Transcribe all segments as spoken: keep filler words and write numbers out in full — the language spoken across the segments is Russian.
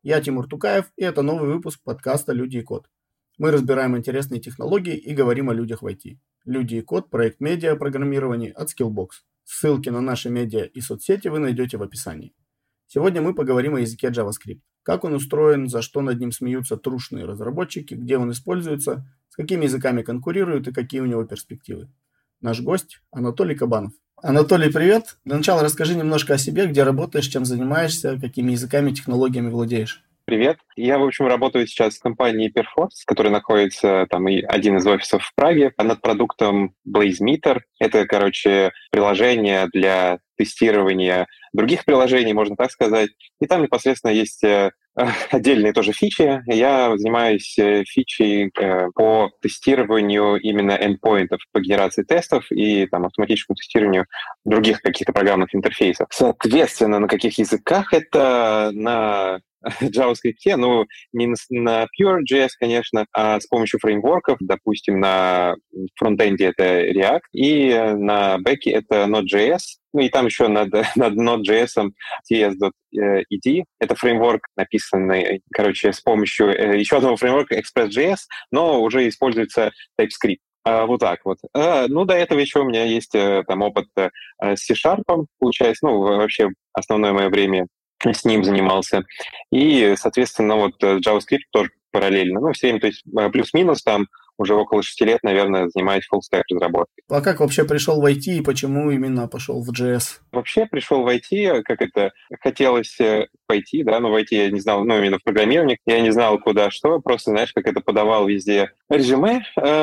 Я Тимур Тукаев, и это новый выпуск подкаста «Люди и код». Мы разбираем интересные технологии и говорим о людях в ай ти. «Люди и код» – проект медиа программирования от Skillbox. Ссылки на наши медиа и соцсети вы найдете в описании. Сегодня мы поговорим о языке JavaScript. Как он устроен, за что над ним смеются трушные разработчики, где он используется, с какими языками конкурирует и какие у него перспективы. Наш гость – Анатолий Кабанов. Анатолий, привет. Для начала расскажи немножко о себе, где работаешь, чем занимаешься, какими языками, технологиями владеешь. Привет. Я, в общем, работаю сейчас в компании Perforce, которая находится, там, и один из офисов в Праге, над продуктом BlazeMeter. Это, короче, приложение для тестирования других приложений, можно так сказать. И там непосредственно есть э, отдельные тоже фичи. Я занимаюсь э, фичей э, по тестированию именно эндпоинтов, по генерации тестов и там, автоматическому тестированию других каких-то программных интерфейсов. Соответственно, на каких языках это? На JavaScript, ну, не на Pure.js, конечно, а с помощью фреймворков, допустим, на фронтенде это React, и на бэке это Node.js, ну и там еще над, над Node.js ти эс точка и ди. Это фреймворк, написанный, короче, с помощью еще одного фреймворка Express.js, но уже используется TypeScript. А, вот так вот. А, ну, до этого еще у меня есть там опыт с C-Sharp, получается, ну, вообще основное мое время с ним занимался. И, соответственно, вот JavaScript тоже параллельно. Ну, все время, то есть плюс-минус там уже около шести лет, наверное, занимаюсь full-stack разработкой. А как вообще пришел в ай ти и почему именно пошел в джей эс? Вообще пришел в ай ти, как это, хотелось пойти, да, но в ай ти я не знал, ну, именно в программировании, я не знал, куда что, просто, знаешь, как это подавал везде резюме.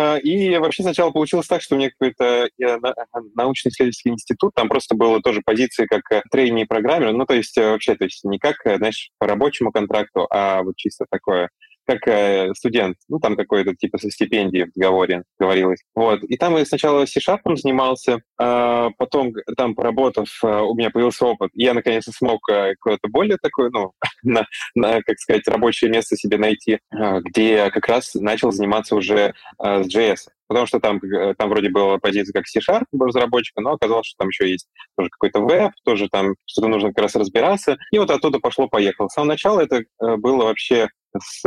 И вообще сначала получилось так, что у меня какой-то научно-исследовательский институт, там просто было тоже позиции как трейни программер, ну, то есть вообще, то есть не как, знаешь, по рабочему контракту, а вот чисто такое, как э, студент, ну, там какой-то типа со стипендией в договоре говорилось. Вот. И там я сначала C-Sharp занимался, а потом там, поработав, у меня появился опыт, и я, наконец-то, смог какое-то более такое, ну, на, на, как сказать, рабочее место себе найти, где я как раз начал заниматься уже а, с джей эс. Потому что там, там вроде была позиция как C-Sharp разработчика, но оказалось, что там еще есть тоже какой-то веб, тоже там что-то нужно как раз разбираться. И вот оттуда пошло-поехало. С самого начала это было вообще с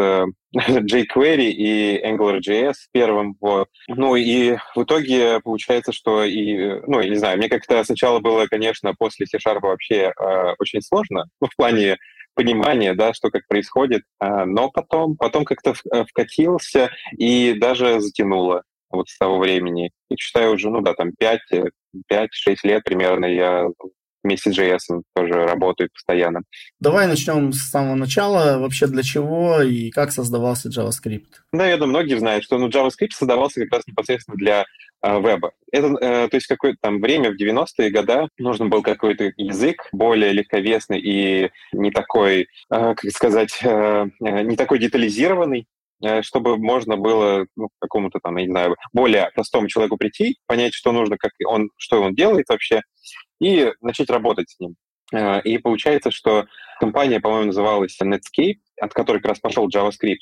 jQuery и AngularJS первым. Вот. Ну и в итоге получается, что и, ну, я не знаю, мне как-то сначала было, конечно, после C-Sharp вообще э, очень сложно, ну, в плане понимания, да, что как происходит, э, но потом, потом как-то вкатился и даже затянуло вот с того времени. И считаю уже, ну да, там пять-шесть лет примерно я вместе с джей эс тоже работаю постоянно. Давай начнем с самого начала. Вообще для чего и как создавался JavaScript? Да, я думаю, многие знают, что ну, JavaScript создавался как раз непосредственно для э, веба. Это, э, то есть какое-то там время в девяностые годы нужен был какой-то язык более легковесный и не такой, э, как сказать, э, не такой детализированный, чтобы можно было ну, какому-то там, я не знаю, более простому человеку прийти, понять, что нужно, как он, что он делает вообще, и начать работать с ним. И получается, что компания, по-моему, называлась Netscape, от которой как раз пошел JavaScript.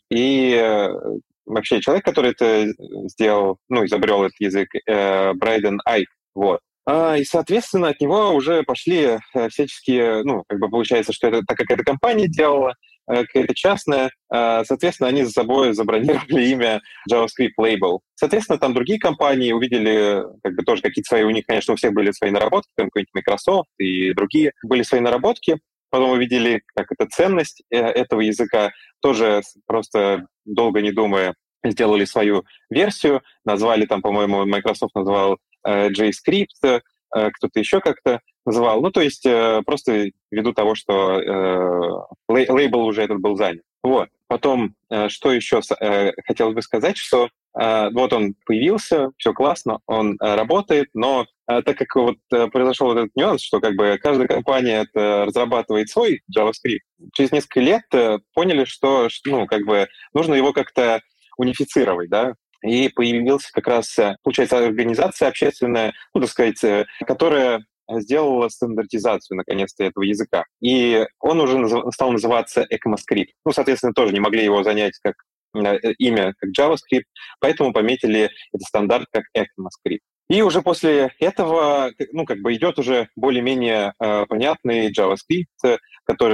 И вообще человек, который это сделал, ну, изобрел этот язык, Брайден Айк, вот. И, соответственно, от него уже пошли всяческие, ну, как бы получается, что это так как эта компания делала, какая-то частная, соответственно, они за собой забронировали имя JavaScript Label. Соответственно, там другие компании увидели, как бы тоже какие-то свои, у них, конечно, у всех были свои наработки, там какой-нибудь Microsoft и другие были свои наработки, потом увидели, как это ценность этого языка, тоже просто долго не думая сделали свою версию, назвали там, по-моему, Microsoft назвал JScript, кто-то еще как-то называл. Ну, то есть э, просто ввиду того, что э, лей- лейбл уже этот был занят. Вот. Потом, э, что еще э, хотелось бы сказать, что э, вот он появился, все классно, он э, работает, но э, так как вот э, произошел вот этот нюанс, что как бы каждая компания это разрабатывает свой JavaScript, через несколько лет э, поняли, что, ну, как бы нужно его как-то унифицировать, да, и появилась как раз, получается, организация общественная, ну, так сказать, которая сделала стандартизацию, наконец-то, этого языка. И он уже наз- стал называться ECMAScript. Ну, соответственно, тоже не могли его занять как имя, как JavaScript, поэтому пометили этот стандарт как ECMAScript. И уже после этого, ну, как бы идет уже более-менее э, понятный JavaScript, который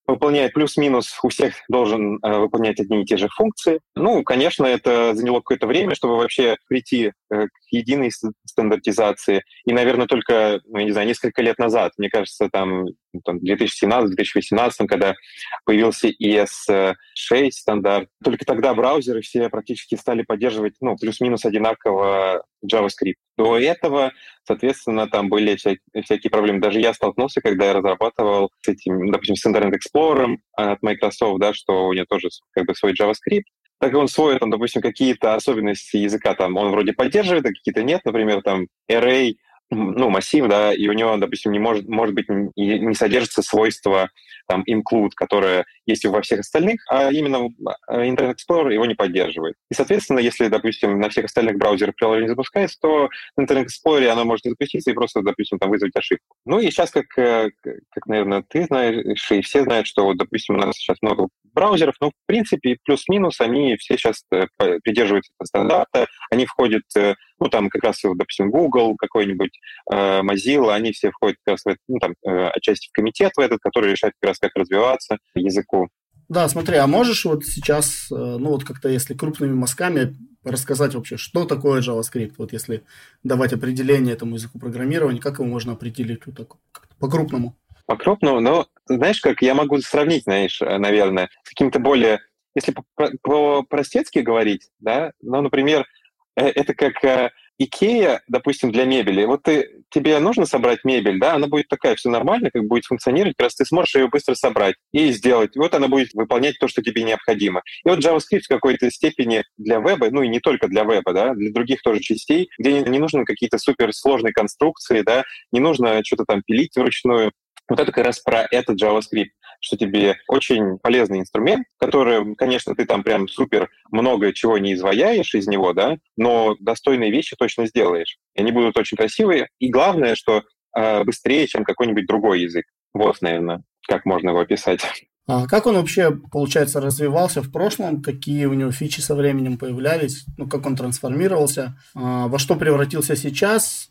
выполняет плюс-минус, у всех должен э, выполнять одни и те же функции. Ну, конечно, это заняло какое-то время, чтобы вообще прийти э, к единой стандартизации. И, наверное, только, ну, я не знаю, несколько лет назад, мне кажется, там, там две тысячи семнадцатом - две тысячи восемнадцатом, когда появился и эс шесть стандарт, только тогда браузеры все практически стали поддерживать, ну, плюс-минус одинаково JavaScript. До этого, соответственно, там были вся, всякие проблемы. Даже я столкнулся, когда я разрабатывал с этим, допустим, с Internet Explorer от Microsoft, да, что у него тоже как бы свой JavaScript. Так он свой, там, допустим, какие-то особенности языка там он вроде поддерживает, а какие-то нет. Например, там array, ну, массив, да, и у него, допустим, не может, может быть, не, не содержится свойство там include, которое есть во всех остальных, а именно Internet Explorer его не поддерживает. И, соответственно, если, допустим, на всех остальных браузерах приложение запускается, то в Internet Explorer оно может не запуститься и просто, допустим, там вызвать ошибку. Ну и сейчас, как, как, наверное, ты знаешь, и все знают, что, вот, допустим, у нас сейчас много браузеров, но, в принципе, плюс-минус, они все сейчас придерживаются этого стандарта, они входят, ну, там, как раз, допустим, Google, какой-нибудь Mozilla, они все входят как раз в это, ну, там, отчасти в комитет в этот, который решает как раз, как развиваться языку. Да, смотри, а можешь вот сейчас, ну, вот как-то, если крупными мазками рассказать вообще, что такое JavaScript? Вот если давать определение этому языку программирования, как его можно определить вот так, по-крупному? По-крупному, но, знаешь, как я могу сравнить, знаешь, наверное, с каким-то более, если по-простецки говорить, да, ну, например, это как Икея, допустим, для мебели. Вот ты, тебе нужно собрать мебель, да, она будет такая, все нормально, как будет функционировать, как раз ты сможешь ее быстро собрать и сделать. И вот она будет выполнять то, что тебе необходимо. И вот JavaScript в какой-то степени для веба, ну и не только для веба, да, для других тоже частей, где не, не нужны какие-то суперсложные конструкции, да, не нужно что-то там пилить вручную. Вот это как раз про этот JavaScript, что тебе очень полезный инструмент, который, конечно, ты там прям супер много чего не изваяешь из него, да, но достойные вещи точно сделаешь. И они будут очень красивые. И главное, что э, быстрее, чем какой-нибудь другой язык. Вот, наверное, как можно его описать. А как он вообще, получается, развивался в прошлом? Какие у него фичи со временем появлялись? Ну, как он трансформировался? А, во что превратился сейчас?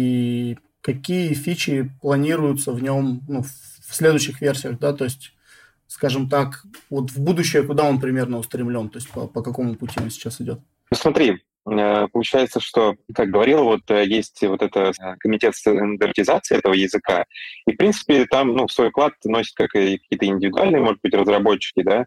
И какие фичи планируются в нем, ну, в следующих версиях, да, то есть, скажем так, вот в будущее, куда он примерно устремлен, то есть по, по какому пути он сейчас идет? Ну, смотри, получается, что, как говорил, вот есть вот это комитет стандартизации этого языка, и, в принципе, там, ну, свой вклад носят как и какие-то индивидуальные, может быть, разработчики, да,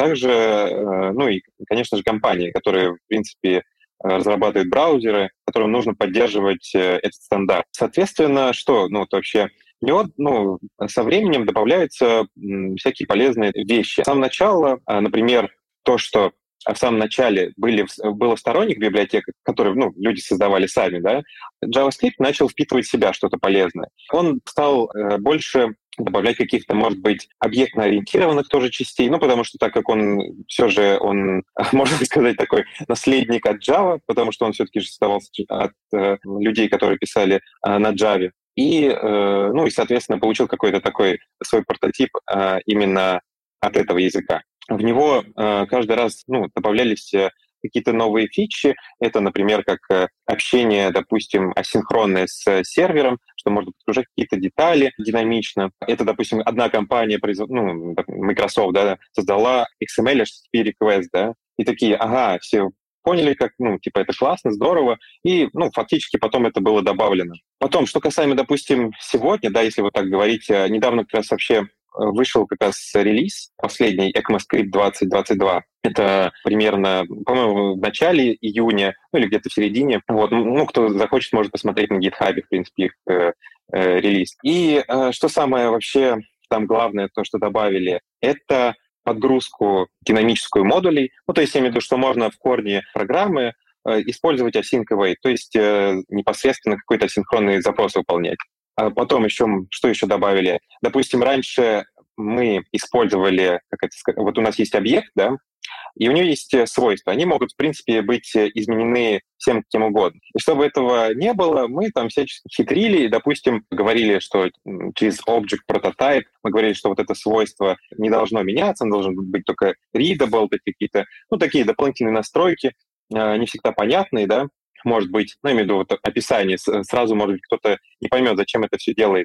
также, ну, и, конечно же, компании, которые, в принципе, разрабатывают браузеры, которым нужно поддерживать этот стандарт. Соответственно, что, ну, вот вообще, в него, ну, со временем добавляются всякие полезные вещи. С самого начала, например, то, что в самом начале были, было сторонних библиотек, которые, ну, люди создавали сами, да, JavaScript начал впитывать в себя что-то полезное. Он стал э, больше добавлять каких-то, может быть, объектно-ориентированных тоже частей, ну, потому что так как он все же, он, можно сказать, такой наследник от Java, потому что он все-таки же создавался от э, людей, которые писали э, на Java. И, э, ну, и, соответственно, получил какой-то такой свой прототип э, именно от этого языка. В него э, каждый раз, ну, добавлялись э, какие-то новые фичи. Это, например, как э, общение, допустим, асинхронное с сервером, что можно подгружать какие-то детали динамично. Это, допустим, одна компания, ну, Microsoft, да, создала икс эм эль эйч ти ти пи request, да, и такие, ага, все поняли, как, ну, типа, это классно, здорово, и, ну, фактически потом это было добавлено. Потом, что касаемо, допустим, сегодня, да, если вот так говорить, недавно как раз вообще вышел как раз релиз, последний ECMAScript двадцать двадцать два. Это примерно, по-моему, в начале июня, ну или где-то в середине. Вот, ну, кто захочет, может посмотреть на GitHub, в принципе, их э, э, релиз. И э, что самое вообще там главное, то, что добавили, это подгрузку динамическую модулей. Ну, то есть я имею в виду, что можно в корне программы э, использовать async await, то есть э, непосредственно какой-то асинхронный запрос выполнять. А потом еще, что еще добавили? Допустим, раньше мы использовали, как это сказать, вот у нас есть объект, да, и у него есть свойства. Они могут, в принципе, быть изменены всем кем угодно. И чтобы этого не было, мы там всячески хитрили, и, допустим, говорили, что через object prototype мы говорили, что вот это свойство не должно меняться, оно должен быть только readable, какие-то, ну, такие дополнительные настройки, не всегда понятные, да, может быть, ну, я имею в виду вот описание, сразу, может быть, кто-то не поймет, зачем это все делается.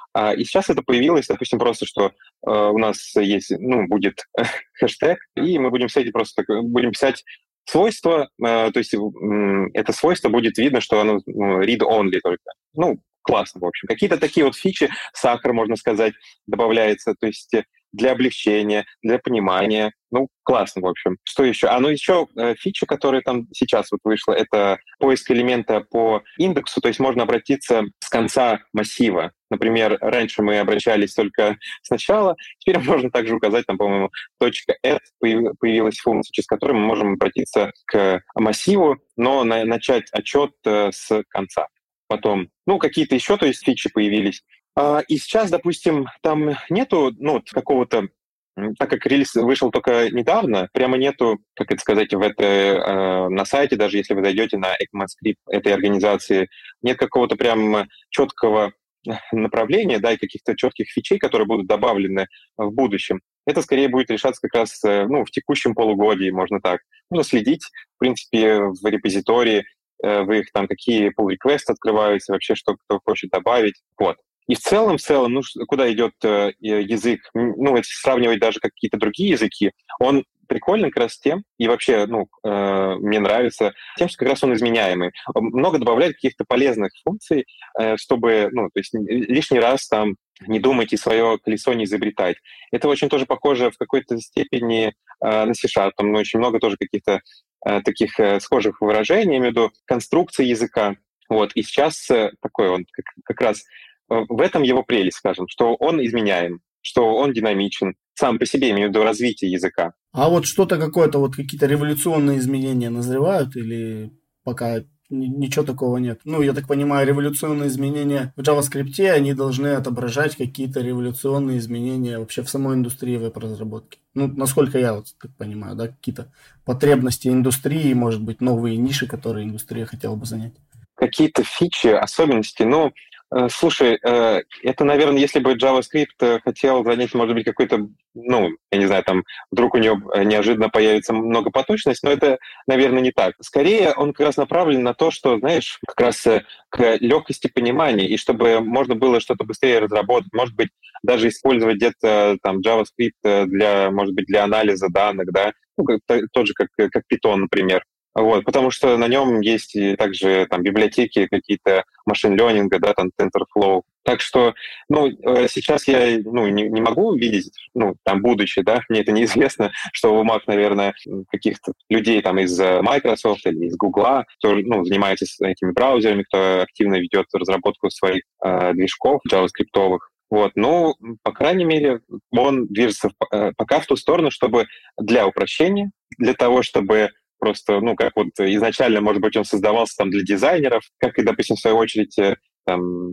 А, и сейчас это появилось, допустим, просто, что э, у нас есть, ну, будет хэштег, и мы будем писать просто так, будем писать свойство, э, то есть э, это свойство будет видно, что оно ну, read-only только. Ну, классно, в общем. Какие-то такие вот фичи, сахар, можно сказать, добавляется, то есть для облегчения, для понимания. Ну, классно, в общем. Что еще? А, ну еще э, фича, которая там сейчас вот вышла, это поиск элемента по индексу, то есть можно обратиться с конца массива. Например, раньше мы обращались только сначала, теперь можно также указать, там, по-моему, точка .add появилась функция, через которую мы можем обратиться к массиву, но на, начать отчет э, с конца. Потом, ну, какие-то еще, то есть фичи появились. А, и сейчас, допустим, там нету, ну, какого-то, так как релиз вышел только недавно, прямо нету, как это сказать, в это, э, на сайте, даже если вы зайдете на ECMAScript этой организации, нет какого-то прям четкого направления, да, и каких-то четких фичей, которые будут добавлены в будущем. Это скорее будет решаться как раз, ну, в текущем полугодии, можно так. Можно следить, в принципе, в репозитории, в их там какие pull-requests открываются, вообще что кто хочет добавить. Вот. И в целом, в целом, ну, куда идет э, язык, ну, если сравнивать даже какие-то другие языки, он прикольный как раз тем, и вообще, ну, э, мне нравится тем, что как раз он изменяемый. Много добавляет каких-то полезных функций, э, чтобы, ну, то есть лишний раз там не думать и свое колесо не изобретать. Это очень тоже похоже в какой-то степени э, на C-Sharp. Там ну, очень много тоже каких-то э, таких э, схожих выражений, я имею в виду конструкции языка. Вот. И сейчас э, такой он как, как раз в этом его прелесть, скажем, что он изменяем, что он динамичен, сам по себе, имею в виду развитие языка. А вот что-то какое-то, вот какие-то революционные изменения назревают или пока ничего такого нет? Ну, я так понимаю, революционные изменения в JavaScript, они должны отображать какие-то революционные изменения вообще в самой индустрии веб-разработки. Ну, насколько я вот так понимаю, да, какие-то потребности индустрии, может быть, новые ниши, которые индустрия хотела бы занять. Какие-то фичи, особенности, ну, слушай, это, наверное, если бы JavaScript хотел занять, может быть, какой-то, ну, я не знаю, там, вдруг у него неожиданно появится многопоточность, но это, наверное, не так. Скорее, он как раз направлен на то, что, знаешь, как раз к легкости понимания, и чтобы можно было что-то быстрее разработать, может быть, даже использовать где-то там JavaScript для, может быть, для анализа данных, да, ну, тот же, как, как Python, например. Вот, потому что на нем есть и также там библиотеки какие-то машин-ленинга, да, там TensorFlow. Так что, ну, сейчас я ну, не, не могу видеть, ну, там, будучи, да, мне это неизвестно, что в умах, наверное, каких-то людей там из Microsoft или из Google, кто, ну, занимается этими браузерами, кто активно ведет разработку своих э, движков джаваскриптовых. Вот, ну, по крайней мере, он движется в, пока в ту сторону, чтобы для упрощения, для того, чтобы просто, ну, как вот изначально, может быть, он создавался там для дизайнеров, как и, допустим, в свою очередь, там,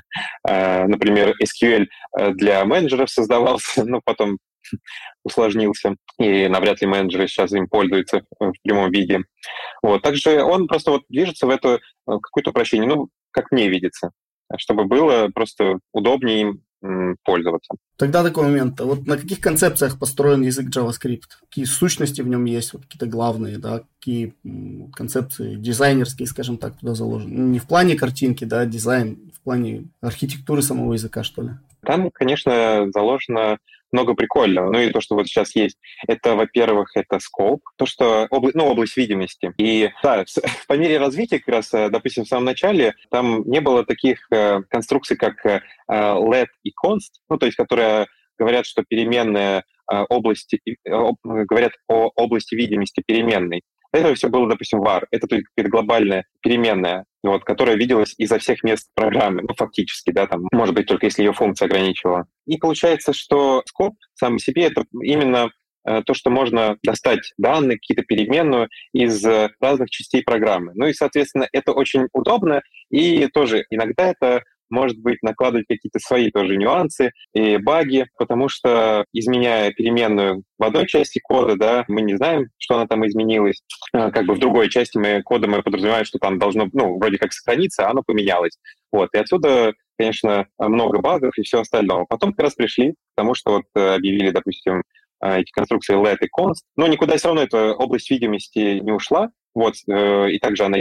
например, эс кью эль для менеджеров создавался, но потом усложнился, и навряд ли менеджеры сейчас им пользуются в прямом виде. Вот. Также он просто вот движется в это какое-то упрощение, ну, как мне видится, чтобы было просто удобнее им пользоваться. Тогда такой момент. Вот на каких концепциях построен язык JavaScript? Какие сущности в нем есть, вот какие-то главные, да, какие концепции дизайнерские, скажем так, туда заложены? Не в плане картинки, да, дизайн, в плане архитектуры самого языка, что ли? Там, конечно, заложено много прикольного. Ну и то, что вот сейчас есть, это, во-первых, это scope, то, что обла- ну, область видимости. И да, по мере развития, как раз, допустим, в самом начале, там не было таких э, конструкций, как э, let и const, ну, то есть, которые говорят, что переменная э, области, э, говорят о области видимости переменной. Это все было, допустим, var. Это то есть, глобальная переменная, вот, которая виделась изо всех мест программы, ну, фактически, да, там, может быть, только если ее функция ограничивала. И получается, что скоп сам по себе — это именно э, то, что можно достать данные, какие-то переменную из э, разных частей программы. Ну и, соответственно, это очень удобно, и тоже иногда это может быть, накладывать какие-то свои тоже нюансы и баги, потому что, изменяя переменную в одной части кода, да, мы не знаем, что она там изменилась. Как бы в другой части мы, кода мы подразумеваем, что там должно, ну, вроде как сохраниться, а оно поменялось. Вот. И отсюда, конечно, много багов и все остальное. Потом как раз пришли к тому, что вот объявили, допустим, эти конструкции let и const, но никуда все равно эта область видимости не ушла, вот, и также она есть.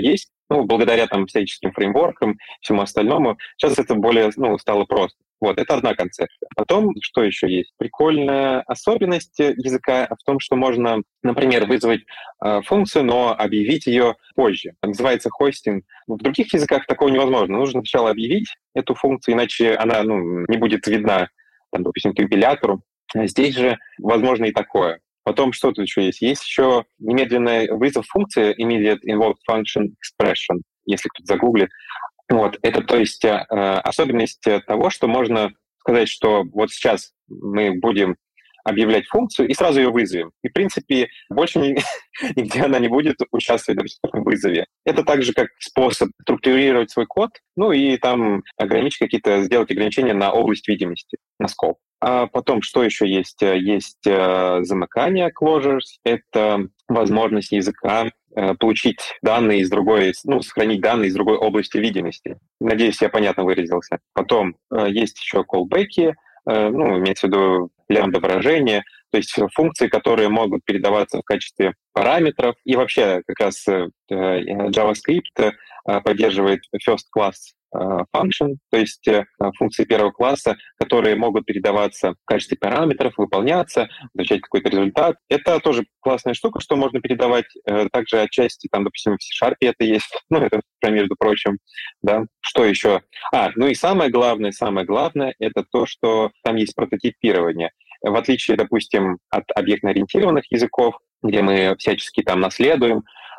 Ну, благодаря там всяческим фреймворкам, всему остальному, сейчас это более, ну, стало просто. Вот, это одна концепция. Потом, что еще есть? Прикольная особенность языка в том, что можно, например, вызвать э, функцию, но объявить ее позже. Это называется хостинг. В других языках такого невозможно. Нужно сначала объявить эту функцию, иначе она, ну, не будет видна, там, допустим, компилятору. А здесь же возможно и такое. Потом что тут еще есть? Есть еще немедленный вызов функции immediate invoked function expression, если кто-то загуглит. Вот, это, то есть, э, особенность того, что можно сказать, что вот сейчас мы будем объявлять функцию и сразу ее вызовем. И, в принципе, больше ни, нигде она не будет участвовать, допустим, в вызове. Это также как способ структурировать свой код, ну и там ограничить какие-то, сделать ограничения на область видимости, на скоп. А потом, что еще есть? Есть э, замыкание closures, это возможность языка получить данные из другой, ну, сохранить данные из другой области видимости. Надеюсь, я понятно выразился. Потом э, есть еще callback'и, э, ну, имеется в виду лямбда-выражения, то есть функции, которые могут передаваться в качестве параметров. И вообще как раз э, JavaScript э, поддерживает first class function, то есть функции первого класса, которые могут передаваться в качестве параметров, выполняться, получать какой-то результат. Это тоже классная штука, что можно передавать. Также отчасти, там, допустим, в C-Sharp это есть, ну, это, между прочим, да. Что еще? А, ну и самое главное, самое главное, это то, что там есть прототипирование. В отличие, допустим, от объектно-ориентированных языков, где мы всячески там наследуем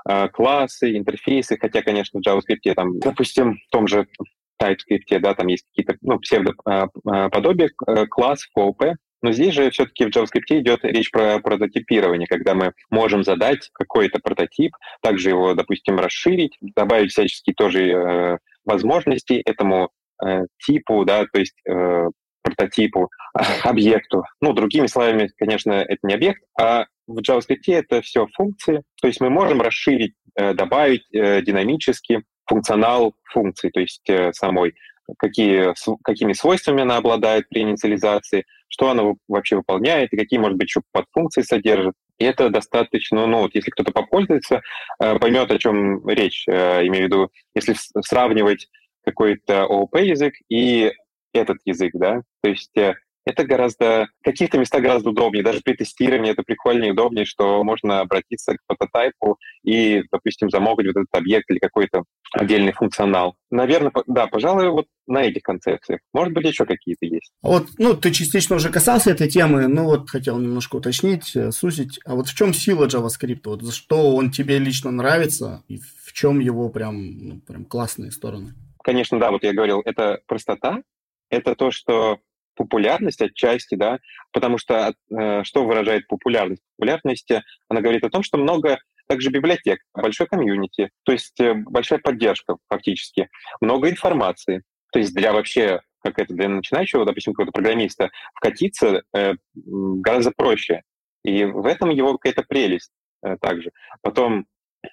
классы, интерфейсы, хотя, конечно, в JavaScript, там, допустим, в том же TypeScript, да, там есть какие-то, ну, псевдоподобия классов, о о пи, но здесь же все-таки в JavaScript идет речь про прототипирование, когда мы можем задать какой-то прототип, также его, допустим, расширить, добавить всяческие тоже э, возможности этому э, типу, да, то есть э, прототипу, объекту. Ну, другими словами, конечно, это не объект, а в JavaScript это все функции, то есть мы можем расширить, добавить динамически функционал функции, то есть самой, какие, какими свойствами она обладает при инициализации, что она вообще выполняет, и какие, может быть, еще подфункции содержит. И это достаточно, ну, вот если кто-то попользуется, поймет, о чем речь, имею в виду, если сравнивать какой-то о о пи язык и этот язык, да, то есть это гораздо, в каких-то местах гораздо удобнее, даже при тестировании это прикольнее и удобнее, что можно обратиться к прототипу и, допустим, замогать вот этот объект или какой-то отдельный функционал. Наверное, да, пожалуй, вот на этих концепциях. Может быть, еще какие-то есть. Вот, ну, ты частично уже касался этой темы, ну вот хотел немножко уточнить, сузить. А вот в чем сила JavaScript? Вот за что он тебе лично нравится и в чем его прям, ну, прям классные стороны? Конечно, да, вот я говорил, это простота, это то, что популярность отчасти, да, потому что э, что выражает популярность? Популярность, она говорит о том, что много также библиотек, большой комьюнити, то есть э, большая поддержка фактически, много информации. То есть для вообще, как это, для начинающего, допустим, какого-то программиста, вкатиться э, гораздо проще. И в этом его какая-то прелесть э, также. Потом,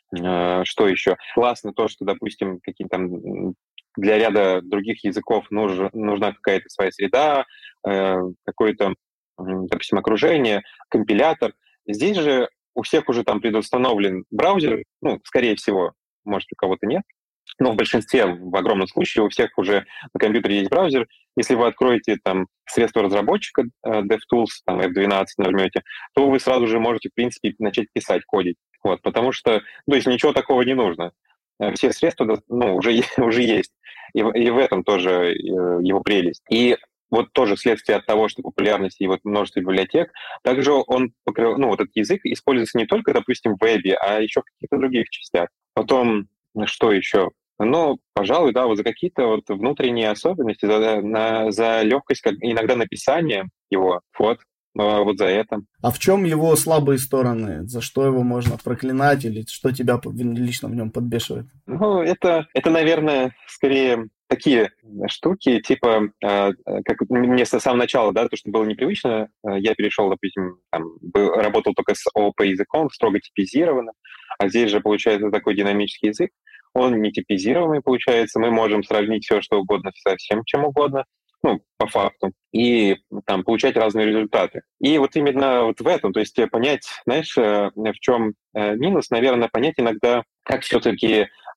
э, что еще? Классно то, что, допустим, какие-то там для ряда других языков нужна, нужна какая-то своя среда, э, какое-то, допустим, окружение, компилятор. Здесь же у всех уже там предустановлен браузер, ну, скорее всего, может, у кого-то нет, но в большинстве, в огромном случае, у всех уже на компьютере есть браузер. Если вы откроете там средства разработчика э, DevTools, там эф двенадцать нажмете, то вы сразу же можете, в принципе, начать писать, кодить. Вот, потому что, ну, то есть ничего такого не нужно. Все средства, ну, уже, уже есть. И, и в этом тоже его прелесть. И вот тоже следствие от того, что популярность и вот множество библиотек, также он покрыл, ну, вот этот язык используется не только, допустим, в вебе, а еще в каких-то других частях. Потом, что еще? Ну, пожалуй, да, вот за какие-то вот внутренние особенности, за, на, за легкость как, иногда написания его, вот, вот за это. А в чем его слабые стороны? За что его можно проклинать или что тебя лично в нем подбешивает? Ну, это, это, наверное, скорее такие штуки, типа, э, как мне с самого начала, да, то, что было непривычно, э, я перешел, допустим, там, был, работал только с о о пи языком, строго типизированным, а здесь же, получается, такой динамический язык, он не типизированный, получается, мы можем сравнить все, что угодно со всем, чем угодно, ну, по факту, и там получать разные результаты. И вот именно вот в этом, то есть понять, знаешь, в чем минус, наверное, понять иногда, как все-таки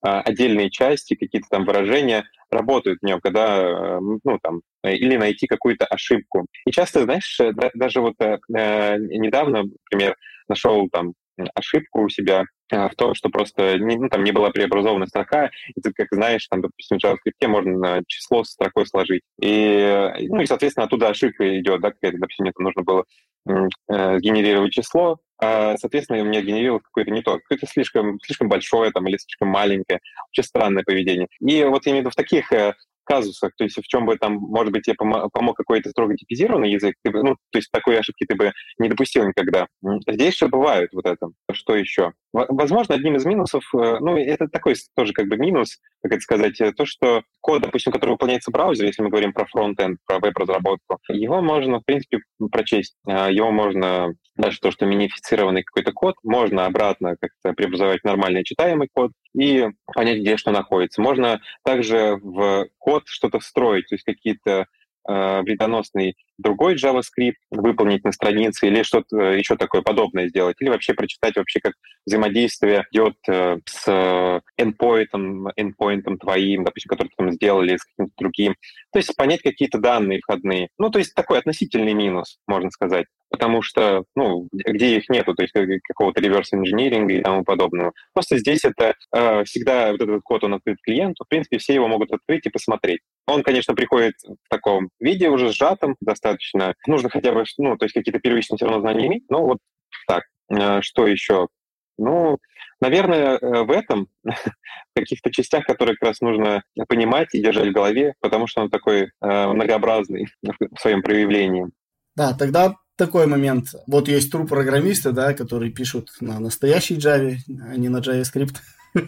отдельные части, какие-то там выражения работают в нем, когда, ну, там, или найти какую-то ошибку. И часто, знаешь, да, даже вот э, недавно, например, нашел там ошибку у себя э, в том, что просто не, ну, там не была преобразована строка, и ты, как знаешь, там, допустим, в JavaScript можно число с строкой сложить. И, ну, и, соответственно, оттуда ошибка идет, да, какая-то, допустим, мне там нужно было э, генерировать число, а, соответственно, у меня генерировалось какое-то не то, какое-то слишком, слишком большое там, или слишком маленькое, вообще странное поведение. И вот я имею в виду в таких э, казусах, то есть в чем бы там, может быть, тебе помо- помог какой-то строго типизированный язык, ты бы, ну, то есть такой ошибки ты бы не допустил никогда. Здесь же бывает вот это. Что еще? Возможно, одним из минусов, э, ну, это такой тоже как бы минус, как это сказать, э, то, что код, допустим, который выполняется в браузере, если мы говорим про фронт-энд, про веб-разработку, его можно, в принципе, прочесть. Э, Его можно, даже то, что минифицированный какой-то код, можно обратно как-то преобразовать в нормальный читаемый код и понять, где что находится. Можно также в код что-то встроить, то есть какие-то э, вредоносный другой JavaScript выполнить на странице или что-то еще такое подобное сделать, или вообще прочитать вообще, как взаимодействие идет э, с endpoint, endpoint твоим, допустим, который ты там сделал, или с каким-то другим. То есть понять какие-то данные входные. Ну, то есть такой относительный минус, можно сказать. Потому что, ну, где их нету, то есть какого-то реверс-инжиниринга и тому подобного. Просто здесь это э, всегда вот этот код, он открыт клиенту, в принципе, все его могут открыть и посмотреть. Он, конечно, приходит в таком виде уже сжатом достаточно. Нужно хотя бы, ну, то есть какие-то первичные все равно знания иметь, но вот так. Э, что еще? Ну, наверное, в этом, в каких-то частях, которые как раз нужно понимать и держать в голове, потому что он такой э, многообразный в своем проявлении. Да, тогда такой момент. Вот есть true-программисты, да, которые пишут на настоящей Java, а не на JavaScript.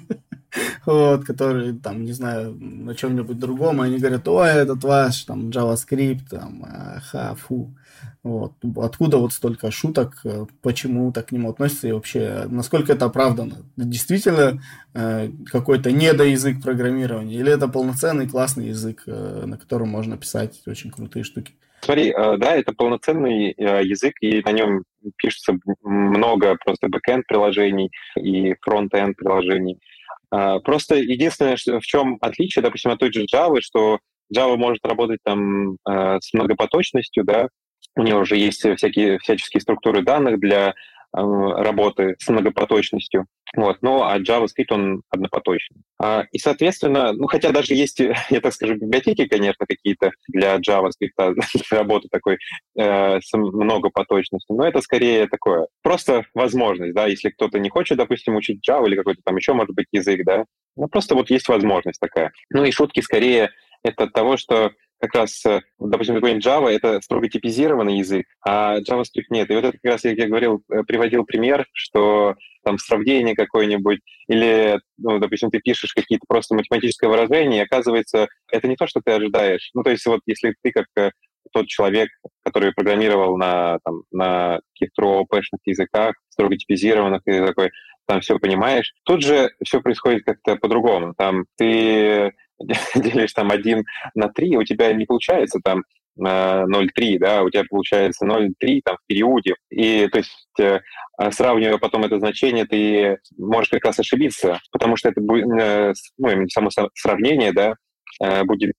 Вот, которые, там, не знаю, на чем-нибудь другом, и они говорят, ой, этот ваш, там, JavaScript, там, ха, фу. Вот. Откуда вот столько шуток, почему так к нему относятся, и вообще, насколько это оправдано? Действительно э, какой-то недоязык программирования, или это полноценный классный язык, э, на котором можно писать очень крутые штуки? Смотри, да, это полноценный язык, и на нем пишется много просто бэкэнд приложений и фронт-энд приложений. Просто единственное, в чем отличие, допустим, от той же Java, что Java может работать там с многопоточностью, да, у нее уже есть всякие, всяческие структуры данных для работы с многопоточностью. Вот. Ну, а JavaScript, он однопоточный. А, и, соответственно, ну, хотя даже есть, я так скажу, библиотеки, конечно, какие-то для JavaScript, для работы такой э, с многопоточностью, но это скорее такое, просто возможность, да, если кто-то не хочет, допустим, учить Java или какой-то там еще, может быть, язык, да, ну, просто вот есть возможность такая. Ну, и шутки скорее это от того, что как раз, допустим, какой-нибудь Java — это строго типизированный язык, а JavaScript нет. И вот это как раз, я, я говорил, приводил пример, что там сравнение какое-нибудь, или, ну, допустим, ты пишешь какие-то просто математическое выражение, и оказывается, это не то, что ты ожидаешь. Ну, то есть вот если ты как тот человек, который программировал на, там, на каких-то о пэ-шных языках, строго типизированных, и такой, там все понимаешь, тут же все происходит как-то по-другому. Там ты делишь там один на три, у тебя не получается там ноль целых три, да, у тебя получается ноль целых три там в периоде. И то есть сравнивая потом это значение, ты можешь как раз ошибиться, потому что это будет, ну, само сравнение, да, будет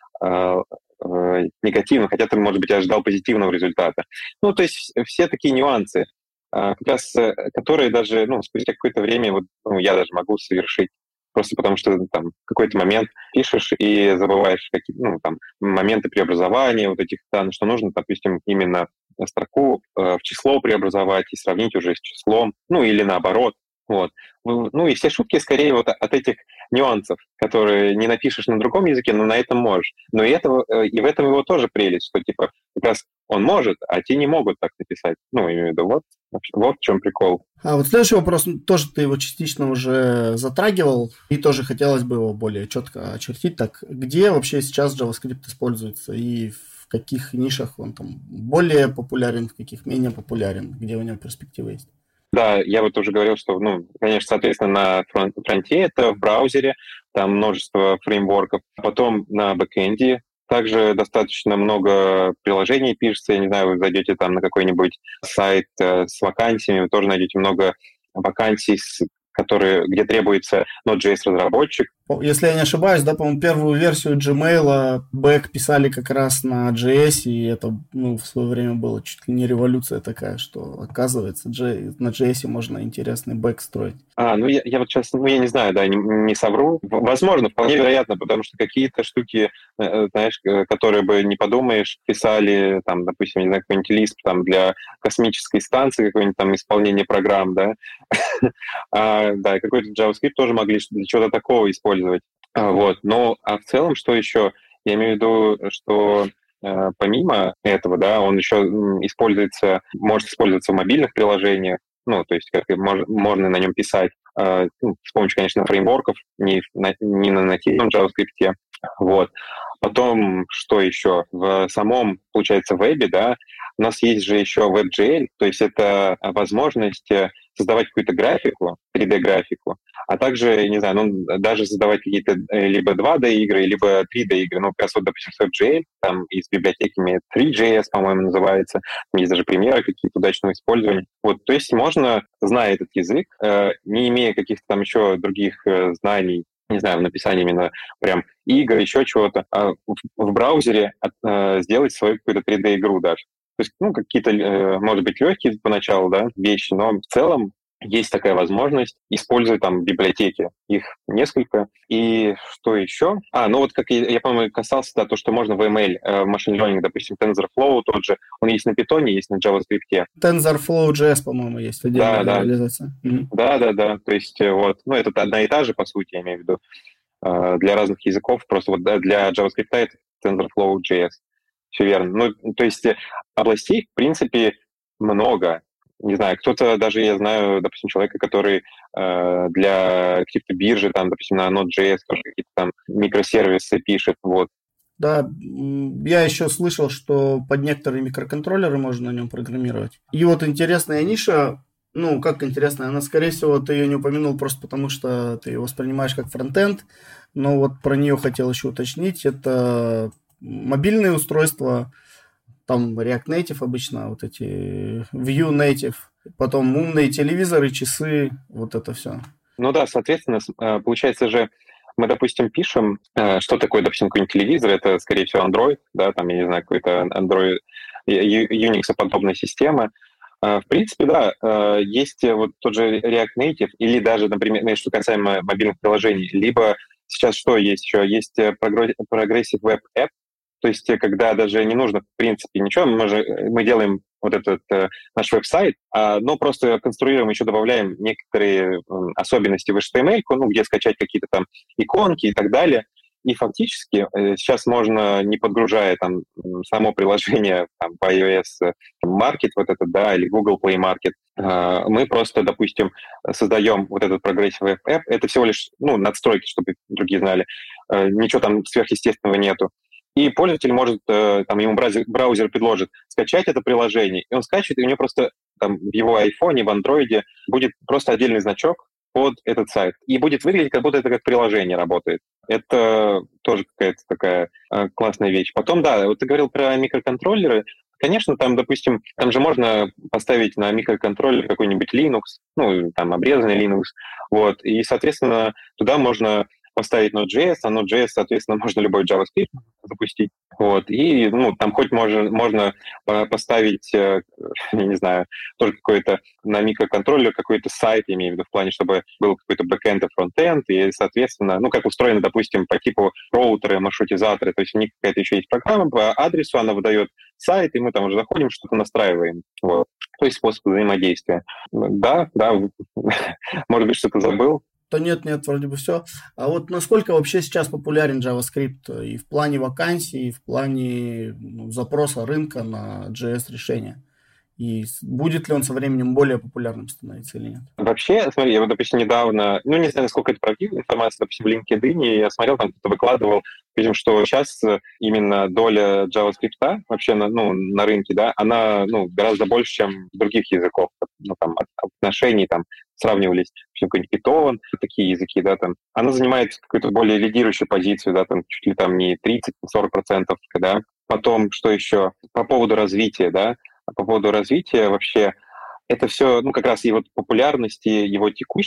негативным, хотя ты, может быть, ожидал позитивного результата. Ну, то есть все такие нюансы, как раз которые даже, ну, спустя какое-то время, вот, ну, я даже могу совершить. Просто потому что там в какой-то момент пишешь и забываешь какие-то, ну, там, моменты преобразования вот этих данных, что нужно, допустим, именно строку э, в число преобразовать и сравнить уже с числом, ну, или наоборот. Вот. Ну, и все шутки скорее вот от этих нюансов, которые не напишешь на другом языке, но на этом можешь. Но и, этого, и в этом его тоже прелесть, что, типа, как раз он может, а те не могут так написать. Ну, я имею в виду, вот, вот в чем прикол. А вот следующий вопрос, тоже ты его частично уже затрагивал, и тоже хотелось бы его более четко очертить. Так, где вообще сейчас JavaScript используется, и в каких нишах он там более популярен, в каких менее популярен, где у него перспективы есть? Да, я вот уже говорил, что, ну, конечно, соответственно, на фронте это в браузере, там множество фреймворков. Потом на бэкэнде также достаточно много приложений пишется. Я не знаю, вы зайдете там на какой-нибудь сайт э, с вакансиями, вы тоже найдете много вакансий с которые, где требуется Node.js-разработчик. Если я не ошибаюсь, да, по-моему, первую версию Gmail бэк писали как раз на джей эс, и это, ну, в свое время было чуть ли не революция такая, что, оказывается, J, на джей эс можно интересный бэк строить. А, ну я, я вот сейчас, ну я не знаю, да, не, не совру. Возможно, вполне вероятно, потому что какие-то штуки, знаешь, которые бы не подумаешь, писали, там, допустим, не знаю, какой-нибудь лист там для космической станции, какое-нибудь там исполнение программ, да, а, да, какой-то JavaScript тоже могли для чего-то такого использовать. А, вот. Но а в целом, что еще? Я имею в виду, что э, помимо этого, да, он еще используется, может использоваться в мобильных приложениях, ну, то есть как мож, можно на нем писать э, ну, с помощью, конечно, фреймворков, не, на, не на нативном JavaScript. Вот. Потом, что еще? В самом, получается, вебе, да, у нас есть же еще WebGL, то есть это возможность создавать какую-то графику, три дэ-графику, а также, не знаю, ну, даже создавать какие-то либо два дэ-игры, либо три дэ-игры. Ну, как раз вот, допустим, с WebGL, там и с библиотеками три джей эс, по-моему, называется, там есть даже примеры какие-то удачного использования. Вот, то есть можно, зная этот язык, не имея каких-то там еще других знаний, не знаю, в написании именно прям игр, еще чего-то, а в, в браузере а, сделать свою какую-то три дэ-игру даже. То есть, ну, какие-то, может быть, легкие поначалу, да, вещи, но в целом есть такая возможность использовать там библиотеки. Их несколько. И что еще? А, ну вот как я, я по-моему, касался, да, то, что можно в эм эл, э, в Machine Learning, допустим, TensorFlow тот же, он есть на Python, есть на JavaScript. TensorFlow.js, по-моему, есть отдельная да, реализация. Да. Mm-hmm. да, да, да. То есть вот, ну, это одна и та же, по сути, я имею в виду, э, для разных языков. Просто вот да, для JavaScript это TensorFlow.js. Все верно. Ну, то есть областей, в принципе, много. Не знаю, кто-то, даже я знаю, допустим, человека, который э, для каких-то биржи, там, допустим, на Node.js тоже какие-то там микросервисы пишет, вот. Да, я еще слышал, что под некоторые микроконтроллеры можно на нем программировать. И вот интересная ниша, ну, как интересная, она, скорее всего, ты ее не упомянул просто потому, что ты ее воспринимаешь как фронтенд, но вот про нее хотел еще уточнить, это мобильные устройства, там React Native обычно, вот эти Vue Native, потом умные телевизоры, часы, вот это все. Ну да, соответственно, получается же, мы, допустим, пишем, что такое, допустим, какой-нибудь телевизор, это, скорее всего, Android, да, там, я не знаю, какой-то Android, Unix-подобная система. В принципе, да, есть вот тот же React Native, или даже, например, что касаемо мобильных приложений, либо сейчас что есть еще? Есть Progressive Web App, то есть когда даже не нужно, в принципе, ничего, мы, же, мы делаем вот этот э, наш веб-сайт, а, но просто конструируем, еще добавляем некоторые э, особенности в эйч ти эм эль, ну, где скачать какие-то там иконки и так далее. И фактически э, сейчас можно, не подгружая там само приложение там, по iOS Market, вот этот, да, или Google Play Market, э, мы просто, допустим, создаем вот этот Progressive Web App. Это всего лишь, ну, надстройки, чтобы другие знали. Э, ничего там сверхъестественного нету. И пользователь может, там, ему браузер предложит скачать это приложение, и он скачивает, и у него просто там, в его айфоне, в андроиде будет просто отдельный значок под этот сайт. И будет выглядеть, как будто это как приложение работает. Это тоже какая-то такая э, классная вещь. Потом, да, вот ты говорил про микроконтроллеры. Конечно, там, допустим, там же можно поставить на микроконтроллер какой-нибудь Linux, ну, там, обрезанный Linux, вот, и, соответственно, туда можно поставить Node.js, а Node.js, соответственно, можно любой JavaScript запустить. Вот. И ну, там хоть можно, можно поставить, я не знаю, тоже какой-то на микроконтроллер какой-то сайт, я имею в виду, в плане, чтобы был какой-то бэкэнд и фронтенд, и, соответственно, ну, как устроено, допустим, по типу роутеры, маршрутизаторы, то есть у них какая-то еще есть программа, по адресу она выдает сайт, и мы там уже заходим, что-то настраиваем. Вот. То есть способ взаимодействия. Да, да, может быть, что-то забыл. Да нет, нет, вроде бы все. А вот насколько вообще сейчас популярен JavaScript и в плане вакансий, и в плане ну, запроса рынка на джей эс-решения? И будет ли он со временем более популярным становиться или нет? Вообще, смотри, я вот, допустим, недавно, ну, не знаю, насколько это правдивая информация, допустим, в LinkedIn, я смотрел, там кто-то выкладывал, видим, что сейчас именно доля JavaScript вообще на, ну, на рынке, да, она ну, гораздо больше, чем других языков, ну, там, отношений, там, сравнивались, какой-нибудь Python, такие языки, да, там, она занимает какую-то более лидирующую позицию, да, там, чуть ли там не тридцать-сорок процентов, да. Потом, что еще? По поводу развития, да, по поводу развития вообще, это все, ну, как раз и вот популярности его текущей,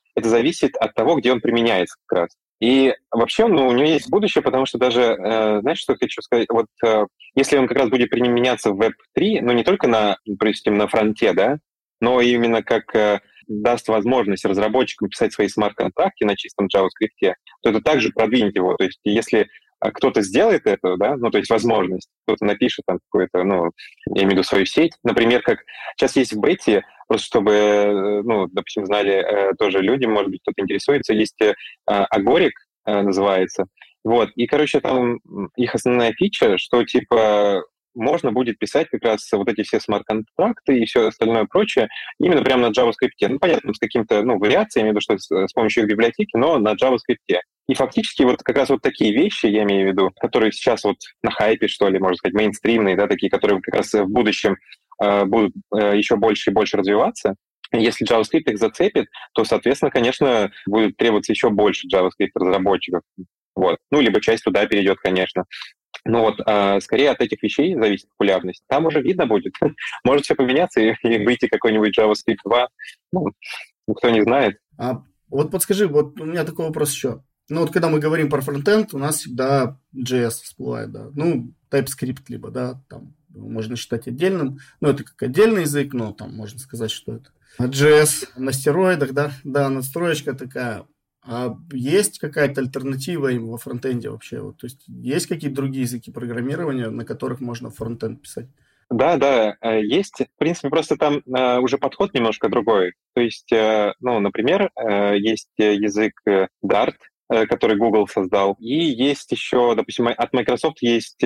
это зависит от того, где он применяется как раз. И вообще, ну, у него есть будущее, потому что даже, э, знаешь, что хочу сказать? Вот э, если он как раз будет применяться в веб три, ну, не только на, допустим, на фронте, да, но именно как э, даст возможность разработчикам писать свои смарт-контракты на чистом JavaScript, то это также продвинет его. То есть если э, кто-то сделает это, да, ну, то есть возможность, кто-то напишет там какую-то, ну, я имею в виду свою сеть, например, как сейчас есть в бете, просто чтобы, э, ну, допустим, знали э, тоже люди, может быть, кто-то интересуется, есть э, Agoric, э, называется, вот, и, короче, там их основная фича, что, типа, можно будет писать как раз вот эти все смарт-контракты и все остальное прочее именно прямо на JavaScript. Ну, понятно, с каким-то, ну, вариацией, я имею в виду, что с, с помощью их библиотеки, но на JavaScript. И фактически вот как раз вот такие вещи, я имею в виду, которые сейчас вот на хайпе, что ли, можно сказать, мейнстримные, да, такие, которые как раз в будущем э, будут э, еще больше и больше развиваться. Если JavaScript их зацепит, то, соответственно, конечно, будет требоваться еще больше JavaScript-разработчиков. Вот. Ну, либо часть туда перейдет, конечно. Ну вот, а, скорее от этих вещей зависит популярность. Там уже видно будет. Может все поменяться и, и выйти какой-нибудь JavaScript два. Ну, никто не знает. А вот подскажи, вот у меня такой вопрос еще. Ну вот когда мы говорим про фронтенд, у нас всегда джей эс всплывает, да. Ну, TypeScript либо, да, там можно считать отдельным. Ну, это как отдельный язык, но там можно сказать, что это джей эс на стероидах, да, да, надстроечка такая. А есть какая-то альтернатива им во фронтенде вообще? Вот, то есть есть какие-то другие языки программирования, на которых можно фронтенд писать? Да, да, есть. В принципе, просто там э, уже подход немножко другой. То есть, э, ну, например, э, есть язык Dart, э, который Google создал, и есть еще, допустим, от Microsoft есть э,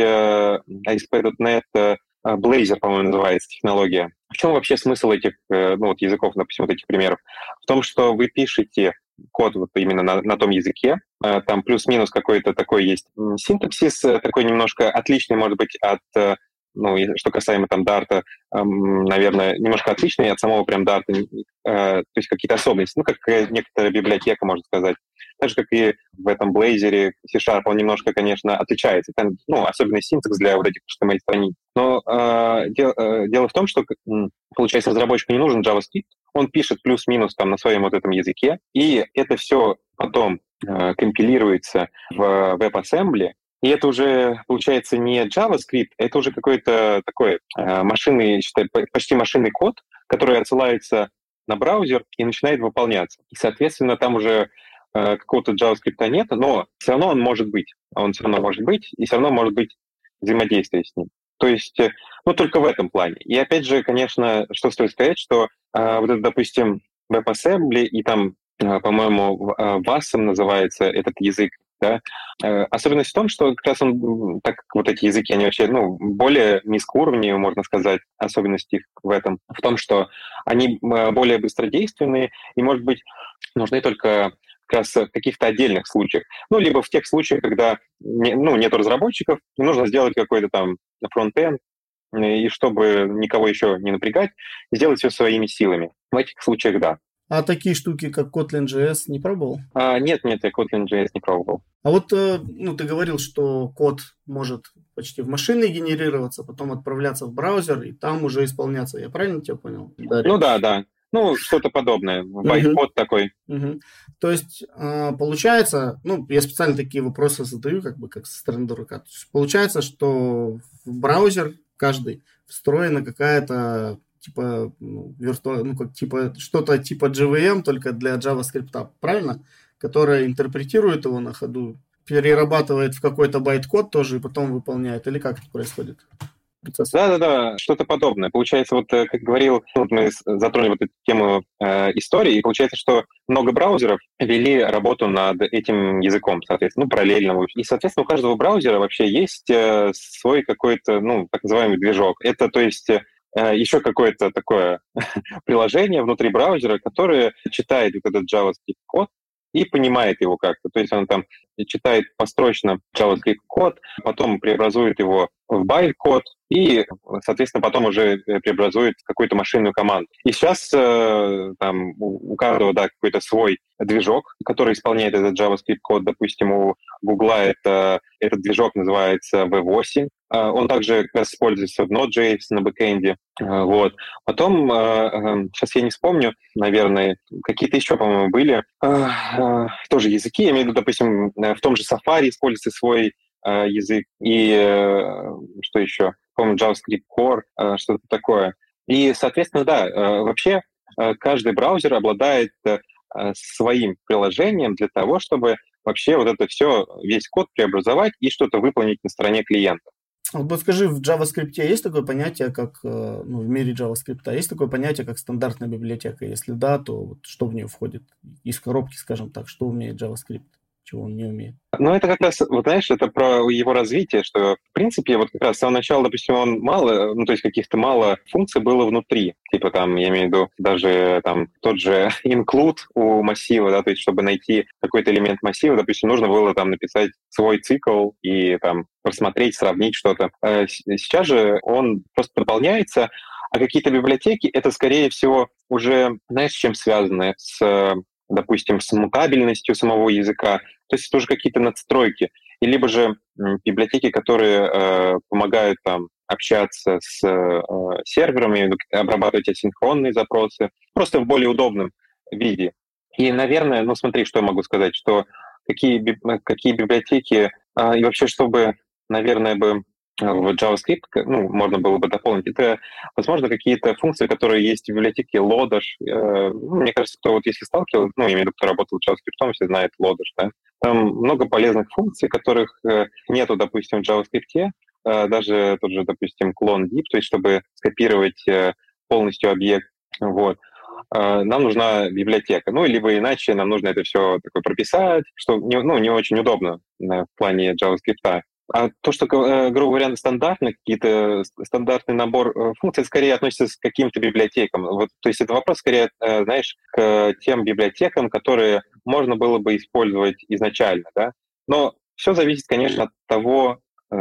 эй эс пи точка нет, э, Blazor, по-моему, называется технология. В чем вообще смысл этих, э, ну, вот языков, допустим, вот этих примеров? В том, что вы пишете код вот именно на, на том языке, э, там плюс-минус какой-то такой есть синтаксис, такой немножко отличный, может быть, от, э, ну, что касаемо там Dart, э, наверное, немножко отличный от самого прям Dart, э, то есть какие-то особенности, ну, как некоторая библиотека, можно сказать. Так же, как и в этом Blazor, C-Sharp, он немножко, конечно, отличается. Там, ну, особенный синтекс для вот этих эйч ти эм эль-страниц. Но э, дело, э, дело в том, что, получается, разработчику не нужен JavaScript, он пишет плюс-минус там на своем вот этом языке, и это все потом э, компилируется в WebAssembly, и это уже, получается, не JavaScript, это уже какой-то такой э, машинный, считай, почти машинный код, который отсылается на браузер и начинает выполняться. И, соответственно, там уже э, какого-то JavaScript нет, но все равно он может быть. Он все равно может быть, и все равно может быть взаимодействие с ним. То есть, э, ну, только в этом плане. И опять же, конечно, что стоит сказать, что э, вот это, допустим, WebAssembly и там, э, по-моему, э, васм называется этот язык, да? Э, особенность в том, что как раз он, так как вот эти языки, они вообще, ну, более низкоуровневые, можно сказать, особенность их в этом, в том, что они более быстродейственные и, может быть, нужны только как раз в каких-то отдельных случаях. Ну, либо в тех случаях, когда не, ну, нет разработчиков, и нужно сделать какой-то там фронт-энд, и чтобы никого еще не напрягать, сделать все своими силами. В этих случаях, да. А такие штуки, как Kotlin джей эс, не пробовал? А, нет, нет, я Kotlin джей эс не пробовал. А вот, ну, ты говорил, что код может почти в машине генерироваться, потом отправляться в браузер, и там уже исполняться. Я правильно тебя понял? Дарья? Ну да, да. Ну, что-то подобное. Байт-код uh-huh. такой. Uh-huh. То есть, получается, ну, я специально такие вопросы задаю, как бы, как со стороны дурака. То есть, получается, что в браузер каждый встроена какая-то, типа, ну, вирту... ну, как, типа, что-то типа джей ви эм, только для JavaScript, правильно? Которая интерпретирует его на ходу, перерабатывает в какой-то байт-код тоже и потом выполняет. Или как это происходит? Да-да-да, что-то подобное. Получается, вот, как говорил, вот мы затронули вот эту тему э, истории, и получается, что много браузеров вели работу над этим языком, соответственно, ну, параллельно. И, соответственно, у каждого браузера вообще есть э, свой какой-то, ну, так называемый движок. Это, то есть, э, еще какое-то такое приложение внутри браузера, которое читает вот этот JavaScript-код и понимает его как-то. То есть он там читает построчно JavaScript-код, потом преобразует его в байт-код и, соответственно, потом уже преобразует в какую-то машинную команду. И сейчас э, там у каждого, да, какой-то свой движок, который исполняет этот JavaScript-код. Допустим, у Google это, этот движок называется ви восемь, Он также как раз используется в Node.js на бэкэнде. Вот. Потом, сейчас я не вспомню, наверное, какие-то еще, по-моему, были тоже языки. Я имею в виду, допустим, в том же Safari используется свой язык. И что еще? По-моему, JavaScript Core, что-то такое. И, соответственно, да, вообще каждый браузер обладает своим приложением для того, чтобы вообще вот это все, весь код преобразовать и что-то выполнить на стороне клиента. Вот подскажи, в JavaScript есть такое понятие, как, ну, в мире JavaScript, есть такое понятие, как стандартная библиотека? Если да, то вот что в нее входит? Из коробки, скажем так, что умеет JavaScript, чего он не умеет? Ну, это как раз, вот знаешь, это про его развитие, что, в принципе, вот как раз с самого начала, допустим, он мало, ну, то есть каких-то мало функций было внутри. Типа там, я имею в виду, даже там тот же include у массива, да, то есть чтобы найти какой-то элемент массива, допустим, нужно было там написать свой цикл и там просмотреть, сравнить что-то. Сейчас же он просто дополняется, а какие-то библиотеки, это, скорее всего, уже, знаешь, с чем связаны? С, допустим, с мутабельностью самого языка. То есть это уже какие-то надстройки. И либо же библиотеки, которые э, помогают там общаться с э, серверами, обрабатывать асинхронные запросы, просто в более удобном виде. И, наверное, ну смотри, что я могу сказать, что какие, какие библиотеки, э, и вообще, чтобы, наверное, бы в JavaScript, ну, можно было бы дополнить, это, возможно, какие-то функции, которые есть в библиотеке Lodash. Мне кажется, кто вот если сталкивался, ну, я имею в виду, кто работал с JavaScript, все знают Lodash, да. Там много полезных функций, которых нету, допустим, в JavaScript, даже тот же, допустим, clone div, то есть чтобы скопировать полностью объект, вот. Нам нужна библиотека. Ну, либо иначе нам нужно это все такое прописать, что не, ну, не очень удобно в плане JavaScript. А то, что, грубо говоря, стандартные какие-то, стандартный набор функций, скорее относится к каким-то библиотекам. Вот, то есть это вопрос, скорее, знаешь, к тем библиотекам, которые можно было бы использовать изначально, да. Но все зависит, конечно, от того,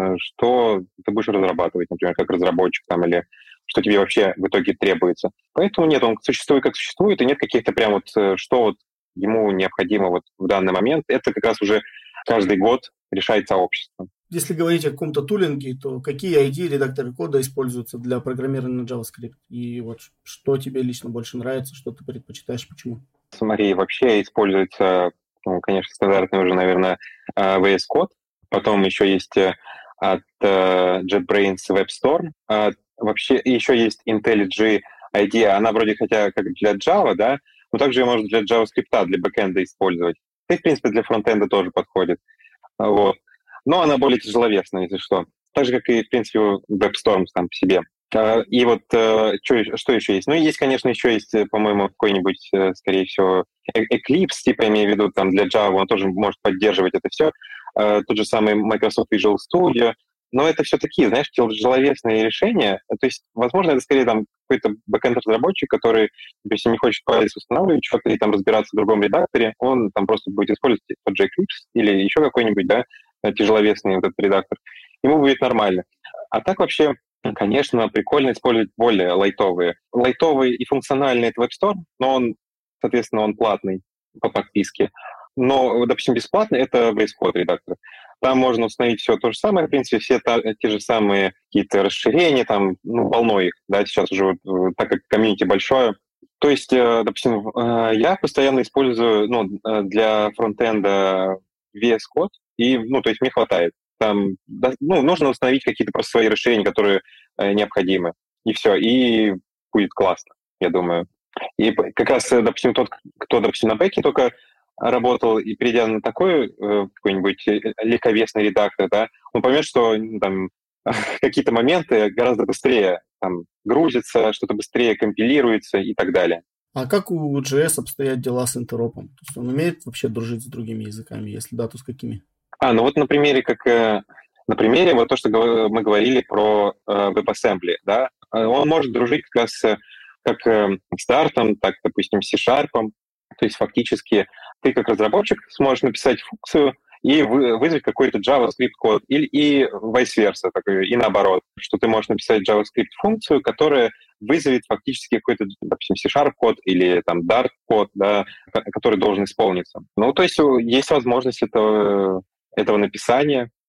что ты будешь разрабатывать, например, как разработчик там, или что тебе вообще в итоге требуется. Поэтому нет, он существует как существует, и нет каких-то прям вот, что вот ему необходимо вот в данный момент. Это как раз уже каждый год решает сообщество. Если говорить о каком-то тулинге, то какие ай ди редакторы кода используются для программирования на JavaScript? И вот что тебе лично больше нравится, что ты предпочитаешь, почему? Смотри, вообще используется, ну, конечно, стандартный уже, наверное, ви эс Code. Потом еще есть от JetBrains WebStorm. Вообще еще есть IntelliJ ай ди. Она вроде хотя как для Java, да, но также ее можно для JavaScript, для бэкэнда использовать. И, в принципе, для фронтенда тоже подходит. Вот. Но она более тяжеловесная, если что. Так же, как и, в принципе, WebStorm сам по себе. И вот что, что еще есть? Ну, есть, конечно, еще есть, по-моему, какой-нибудь, скорее всего, Eclipse, типа, имею в виду, там, для Java, он тоже может поддерживать это все. Тот же самый Microsoft Visual Studio. Но это все такие, знаешь, тяжеловесные решения. То есть, возможно, это скорее там какой-то бэкэнд-разработчик, который, допустим, не хочет параллельно устанавливать что-то и там разбираться в другом редакторе, он там просто будет использовать тот же Eclipse или еще какой-нибудь, да, тяжеловесный вот этот редактор. Ему будет нормально. А так вообще, конечно, прикольно использовать более лайтовые. Лайтовый и функциональный — это WebStorm, но он, соответственно, он платный по подписке. Но, допустим, бесплатный — это ви эс Code редактор. Там можно установить все то же самое, в принципе, все та, те же самые какие-то расширения, там, ну, полно их, да, сейчас уже, так как комьюнити большое. То есть, допустим, я постоянно использую, ну, для фронтенда ви эс Code, и, ну, то есть мне хватает. Там, ну, нужно установить какие-то просто свои расширения, которые необходимы, и все, и будет классно, я думаю. И как раз, допустим, тот, кто, допустим, на бэке только работал, и перейдя на такой э, какой-нибудь легковесный редактор, да, он поймет, что ну, там какие-то моменты гораздо быстрее там грузятся, что-то быстрее компилируется и так далее. А как у джей эс обстоят дела с интеропом? То есть он умеет вообще дружить с другими языками? Если да, то с какими? А, ну вот на примере, как э, на примере вот то, что мы говорили про э, WebAssembly, да, он может дружить как раз как э, с Dart, так, допустим, с C-Sharp. То есть фактически ты как разработчик сможешь написать функцию и вы, вызвать какой-то JavaScript код, или и vice versa, и наоборот, что ты можешь написать JavaScript функцию, которая вызовет фактически какой-то, допустим, C-Sharp код или там Dart код, да, который должен исполниться. Ну, то есть есть возможность этого, этого написания.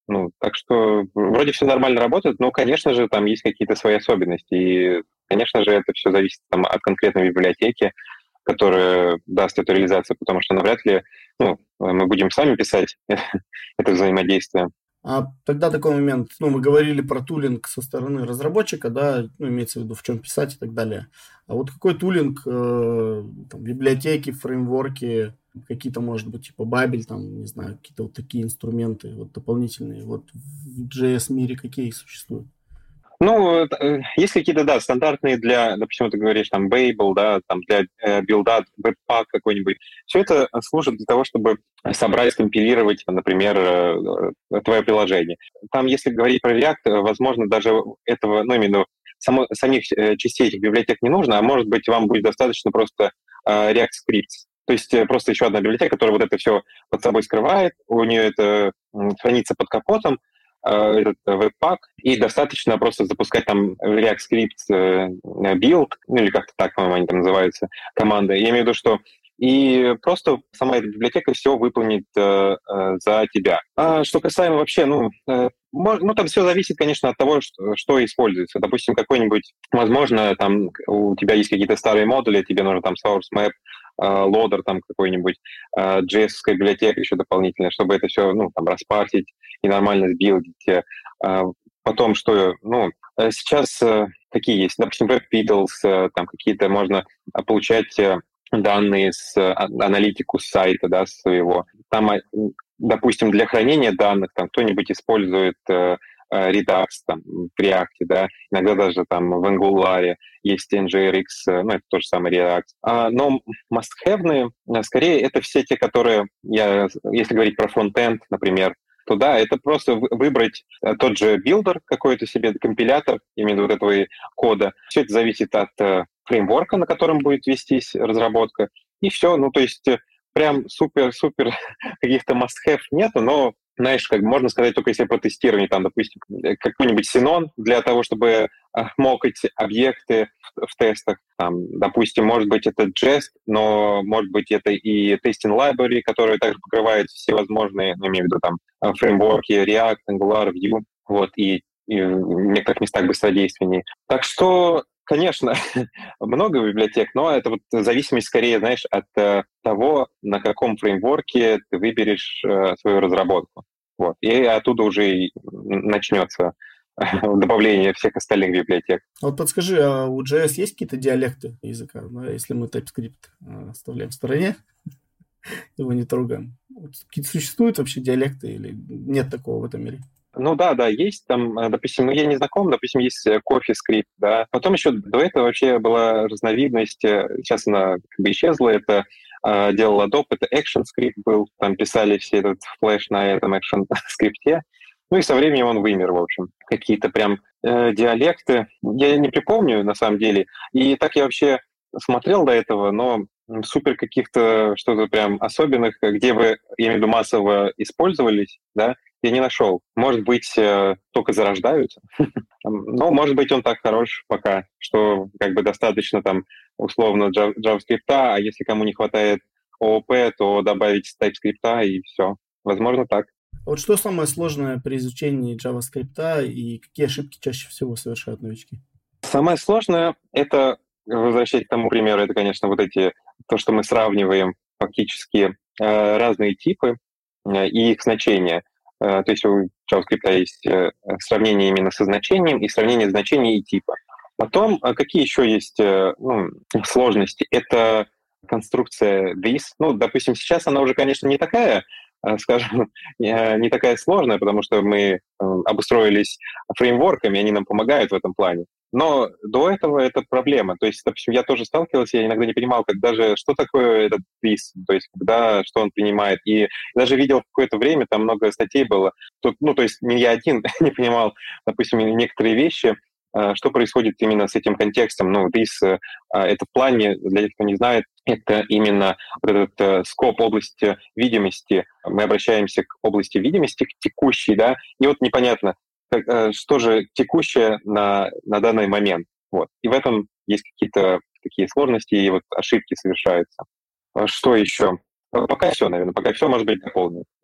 Ну, так что вроде все нормально работает, но, конечно же, там есть какие-то свои особенности. И, конечно же, это все зависит там, от конкретной библиотеки, которая даст эту реализацию, потому что навряд ли ну, мы будем сами писать это взаимодействие. А тогда такой момент, ну, мы говорили про тулинг со стороны разработчика, да, ну, имеется в виду, в чем писать и так далее. А вот какой тулинг, э, там, библиотеки, фреймворки, какие-то, может быть, типа Babel, там, не знаю, какие-то вот такие инструменты, вот дополнительные, вот в джей эс мире какие существуют? Ну, э, есть какие-то, да, стандартные для, допустим, ты говоришь, там, Babel, да, там, для э, билда, веб-пак какой-нибудь. Все это служит для того, чтобы собрать, скомпилировать, например, э, твое приложение. Там, если говорить про React, э, возможно, даже этого, ну, именно само, самих э, частей этих библиотек не нужно, а может быть, вам будет достаточно просто э, React Scripts. То есть э, просто еще одна библиотека, которая вот это все под собой скрывает, у нее это м, хранится под капотом, этот веб-пак, и достаточно просто запускать там React Script э, build, ну или как-то так, по-моему, они там называются, команды. Я имею в виду, что и просто сама эта библиотека все выполнит э, э, за тебя. А что касаемо вообще, ну, э, мож, ну там все зависит, конечно, от того, что, что используется. Допустим, какой-нибудь, возможно, там у тебя есть какие-то старые модули, тебе нужно там source map, лодер там какой-нибудь, джей эс-ская библиотека еще дополнительная, чтобы это все, ну, там, распартить и нормально сбилдить. Потом, что, ну, сейчас какие есть, допустим, WebPedals, там какие-то можно получать данные с аналитику с сайта, да, своего. Там, допустим, для хранения данных там кто-нибудь использует Redux там, в React, да, иногда даже там в Angular есть эн джей эр икс, ну, это тоже самое Redux. А, но must-have, скорее, это все те, которые, я, если говорить про фронт-энд, например, то да, это просто выбрать тот же билдер какой-то себе, компилятор, именно вот этого кода. Все это зависит от фреймворка, на котором будет вестись разработка, и все. Ну, то есть прям супер-супер каких-то must-have нету, но знаешь, как можно сказать, только если про тестирование, там, допустим, какой-нибудь Синон для того, чтобы мокать объекты в, в тестах. Там, допустим, может быть, это Jest, но может быть, это и Testing Library, которая также покрывает всевозможные, ну, имею в виду, там, фреймворки React, Angular, Vue, вот, и, и в некоторых местах быстродейственнее. Так что, конечно, много библиотек, но это вот зависимость скорее, знаешь, от э, того, на каком фреймворке ты выберешь э, свою разработку. Вот. И оттуда уже и начнется добавление всех остальных библиотек. А вот подскажи, а у джей эс есть какие-то диалекты языка? Ну, если мы TypeScript оставляем в стороне, его не трогаем. Какие-то существуют вообще диалекты или нет такого в этом мире? Ну да, да, есть там, допустим, я не знаком, допустим, есть CoffeeScript, да. Потом еще до этого вообще была разновидность, сейчас она как бы исчезла, это э, делал Adobe, это ActionScript был, там писали все этот флэш на этом ActionScript. Ну и со временем он вымер, в общем. Какие-то прям э, диалекты, я не припомню на самом деле. И так я вообще смотрел до этого, но супер каких-то что-то прям особенных, где бы, я имею в виду, массово использовались, да, я не нашел. Может быть, только зарождаются. Но, может быть, он так хорош пока, что как бы достаточно там условно JavaScript, а если кому не хватает ООП, то добавить TypeScript и все. Возможно, так. Вот что самое сложное при изучении JavaScript и какие ошибки чаще всего совершают новички? Самое сложное — это, возвращаясь к тому примеру, это, конечно, вот эти, то, что мы сравниваем фактически разные типы и их значения. То есть у JavaScript есть сравнение именно со значением и сравнение значений и типа. Потом, какие еще есть ну, сложности? Это конструкция this. Ну, допустим, сейчас она уже, конечно, не такая, скажем, не такая сложная, потому что мы обустроились фреймворками, они нам помогают в этом плане. Но до этого это проблема. То есть, допустим, я тоже сталкивался, я иногда не понимал, как даже, что такое этот this, то есть, когда, что он принимает. И даже видел какое-то время, там много статей было. Тут, ну, то есть, не я один не понимал, допустим, некоторые вещи, что происходит именно с этим контекстом. Ну, this, это в плане, для тех, кто не знает, это именно вот этот скоп области видимости. Мы обращаемся к области видимости, к текущей, да, и вот непонятно, что же текущее на, на данный момент. Вот. И в этом есть какие-то такие сложности, и вот ошибки совершаются. Что еще? Пока все, наверное, пока все, может быть, дополнено, не знаю.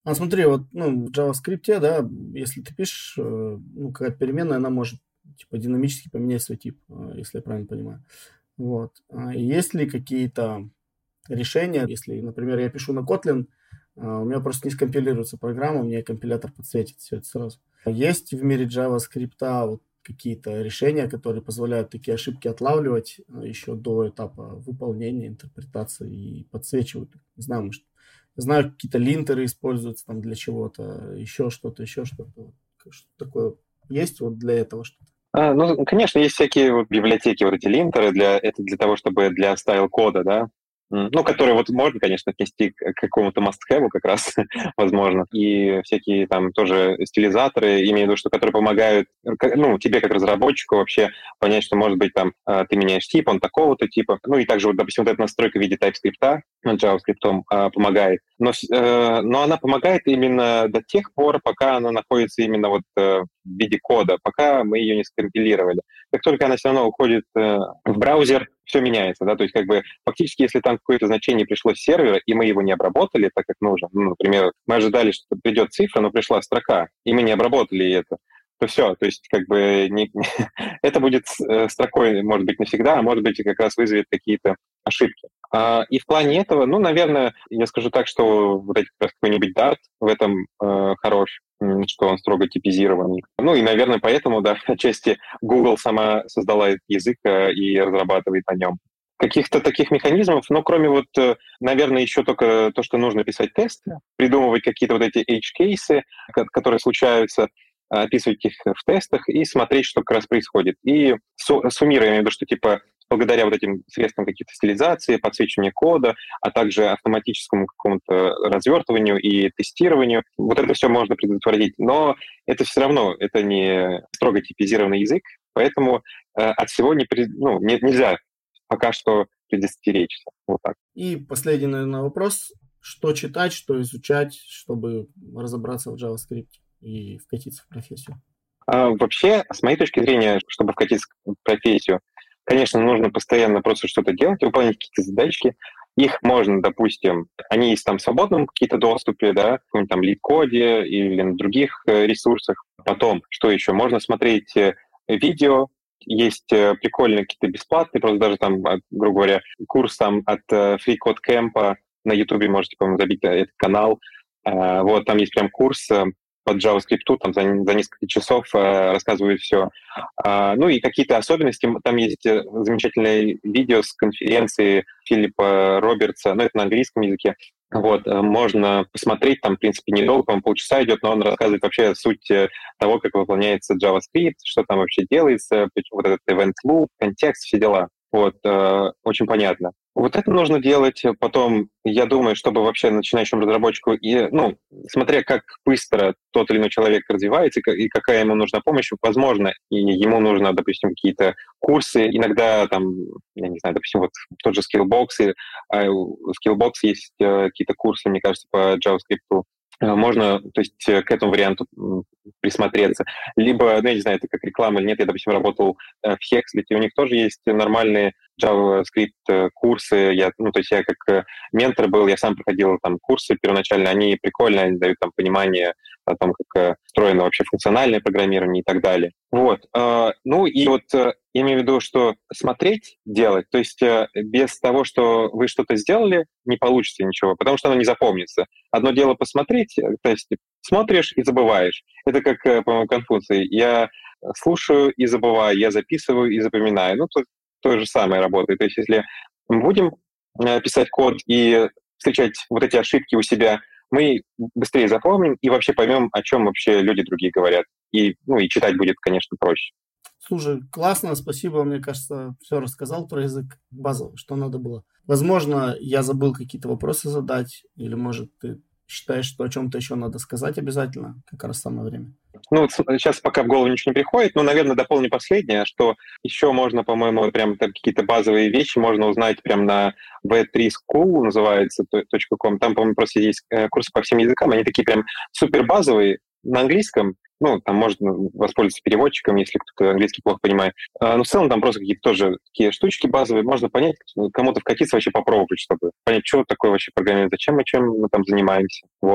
А смотри, вот ну, в JavaScript, да, если ты пишешь, э, ну, какая-то переменная, она может типа динамически поменять свой тип, э, если я правильно понимаю. Вот. А есть ли какие-то решения, если, например, я пишу на Kotlin, а, у меня просто не скомпилируется программа, мне компилятор подсветит все это сразу. Есть в мире JavaScript вот какие-то решения, которые позволяют такие ошибки отлавливать а, еще до этапа выполнения, интерпретации и подсвечивают их? Не знаю, может, знаю, какие-то линтеры используются там для чего-то, еще что-то, еще что-то. Вот. Что такое есть вот для этого что-то? А, ну, конечно, есть всякие вот библиотеки, вот эти линтеры, для, это для того, чтобы для стайл-кода, да, М, ну, которые вот можно, конечно, отнести к к какому-то must-have как раз, возможно, и всякие там тоже стилизаторы, имею в виду, что которые помогают, э, к- ну, тебе как разработчику вообще понять, что, может быть, там а, ты меняешь тип, он такого-то типа, ну, и также, вот, допустим, вот эта настройка в виде TypeScript, JavaScript а, помогает, но, с- э, но она помогает именно до тех пор, пока она находится именно вот э, в виде кода, пока мы ее не скомпилировали. Как только она все равно уходит э, в браузер, все меняется, да, то есть как бы фактически, если там какое-то значение пришло с сервера, и мы его не обработали так, как нужно, ну, например, мы ожидали, что придет цифра, но пришла строка, и мы не обработали это, то все, то есть как бы не, это будет э, строкой, может быть, навсегда, а может быть, и как раз вызовет какие-то ошибки. А, и в плане этого, ну, наверное, я скажу так, что вот эти, как раз какой-нибудь Dart в этом э, хорош, м, что он строго типизированный. Ну и, наверное, поэтому, да, отчасти Google сама создала этот язык э, и разрабатывает на нем. Каких-то таких механизмов, ну, кроме вот, э, наверное, еще только то, что нужно писать тесты, придумывать какие-то вот эти edge-кейсы, ко- которые случаются, описывать их в тестах и смотреть, что как раз происходит. И су- суммируя, я имею в виду, что типа благодаря вот этим средствам каких-то стилизации, подсвечивания кода, а также автоматическому какому-то развертыванию и тестированию, вот это все можно предотвратить. Но это все равно, это не строго типизированный язык, поэтому э, от всего не, при- ну, не, нельзя пока что предостеречься. Вот так. И последний, наверное, вопрос. Что читать, что изучать, чтобы разобраться в JavaScript и вкатиться в профессию? А вообще, с моей точки зрения, чтобы вкатиться в профессию, конечно, нужно постоянно просто что-то делать, выполнять какие-то задачки. Их можно, допустим, они есть там в свободном какие-то доступе, да, в каком-нибудь там лид-коде или на других э, ресурсах. Потом, что еще? Можно смотреть э, видео, есть э, прикольные какие-то бесплатные, просто даже там, от, грубо говоря, курс там от э, Free Code Camp на YouTube, можете, по-моему, забить э, этот канал. Э, вот, там есть прям курс э, по JavaScript, там за, за несколько часов э, рассказывают все. А, ну и какие-то особенности. Там есть э, замечательное видео с конференции Филиппа Робертса, ну это на английском языке. Вот, э, можно посмотреть, там, в принципе, недолго, по-моему, полчаса идет, но он рассказывает вообще суть э, того, как выполняется JavaScript, что там вообще делается, вот этот event loop, контекст, все дела. Вот, э, очень понятно. Вот это нужно делать. Потом, я думаю, чтобы вообще начинающему разработчику, и, ну, смотря как быстро тот или иной человек развивается и ка- и какая ему нужна помощь, возможно, и ему нужно, допустим, какие-то курсы, иногда там, я не знаю, допустим, вот тот же Skillbox, и, а, у Skillbox есть э, какие-то курсы, мне кажется, по JavaScript. Э, Можно, то есть, э, к этому варианту м, присмотреться. Либо, ну, я не знаю, это как реклама или нет, я, допустим, работал э, в Hexlet, и у них тоже есть нормальные JavaScript э, курсы. Я, ну, то есть я как э, ментор был, я сам проходил там курсы первоначально, они прикольно, они дают там понимание о том, как э, устроено вообще функциональное программирование и так далее. Вот. э, Ну и вот э, я имею в виду, что смотреть, делать, то есть э, без того, что вы что-то сделали, не получится ничего, потому что оно не запомнится. Одно дело посмотреть, э, то есть смотришь и забываешь. Это как, э, по-моему, Конфуций. Я слушаю и забываю, я записываю и запоминаю. Ну, тут то же самое работает. То есть если мы будем э, писать код и встречать вот эти ошибки у себя, мы быстрее запомним и вообще поймем, о чем вообще люди другие говорят. И, ну, и читать будет, конечно, проще. Слушай, классно, спасибо. Мне кажется, все рассказал про язык базово, что надо было. Возможно, я забыл какие-то вопросы задать, или, может, ты считаешь, что о чем-то еще надо сказать обязательно, как раз самое время. Ну, вот сейчас пока в голову ничего не приходит, но, наверное, дополню последнее, что еще можно, по-моему, вот прям там какие-то базовые вещи можно узнать прям на ви три school, называется, .com. Там, по-моему, просто есть э, курсы по всем языкам, они такие прям супер базовые на английском. Ну, там можно воспользоваться переводчиком, если кто-то английский плохо понимает. А, но в целом там просто какие-то тоже такие штучки базовые. Можно понять, кому-то вкатиться вообще попробовать, чтобы понять, что такое вообще программирование, зачем мы чем мы там занимаемся. Вот.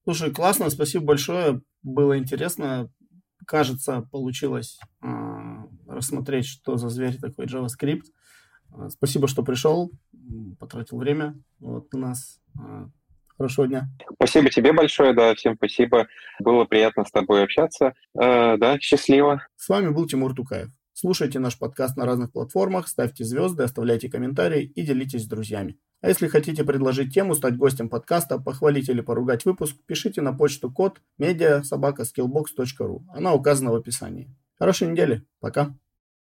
Слушай, классно, спасибо большое. Было интересно. Кажется, получилось э, рассмотреть, что за зверь такой JavaScript. Э, спасибо, что пришел, потратил время вот, у нас. Э, хорошего дня. Спасибо тебе большое, да, всем спасибо. Было приятно с тобой общаться. Э, да, счастливо. С вами был Тимур Тукаев. Слушайте наш подкаст на разных платформах, ставьте звезды, оставляйте комментарии и делитесь с друзьями. А если хотите предложить тему, стать гостем подкаста, похвалить или поругать выпуск, пишите на почту код медиа собака скиллбокс точка ру. Она указана в описании. Хорошей недели. Пока.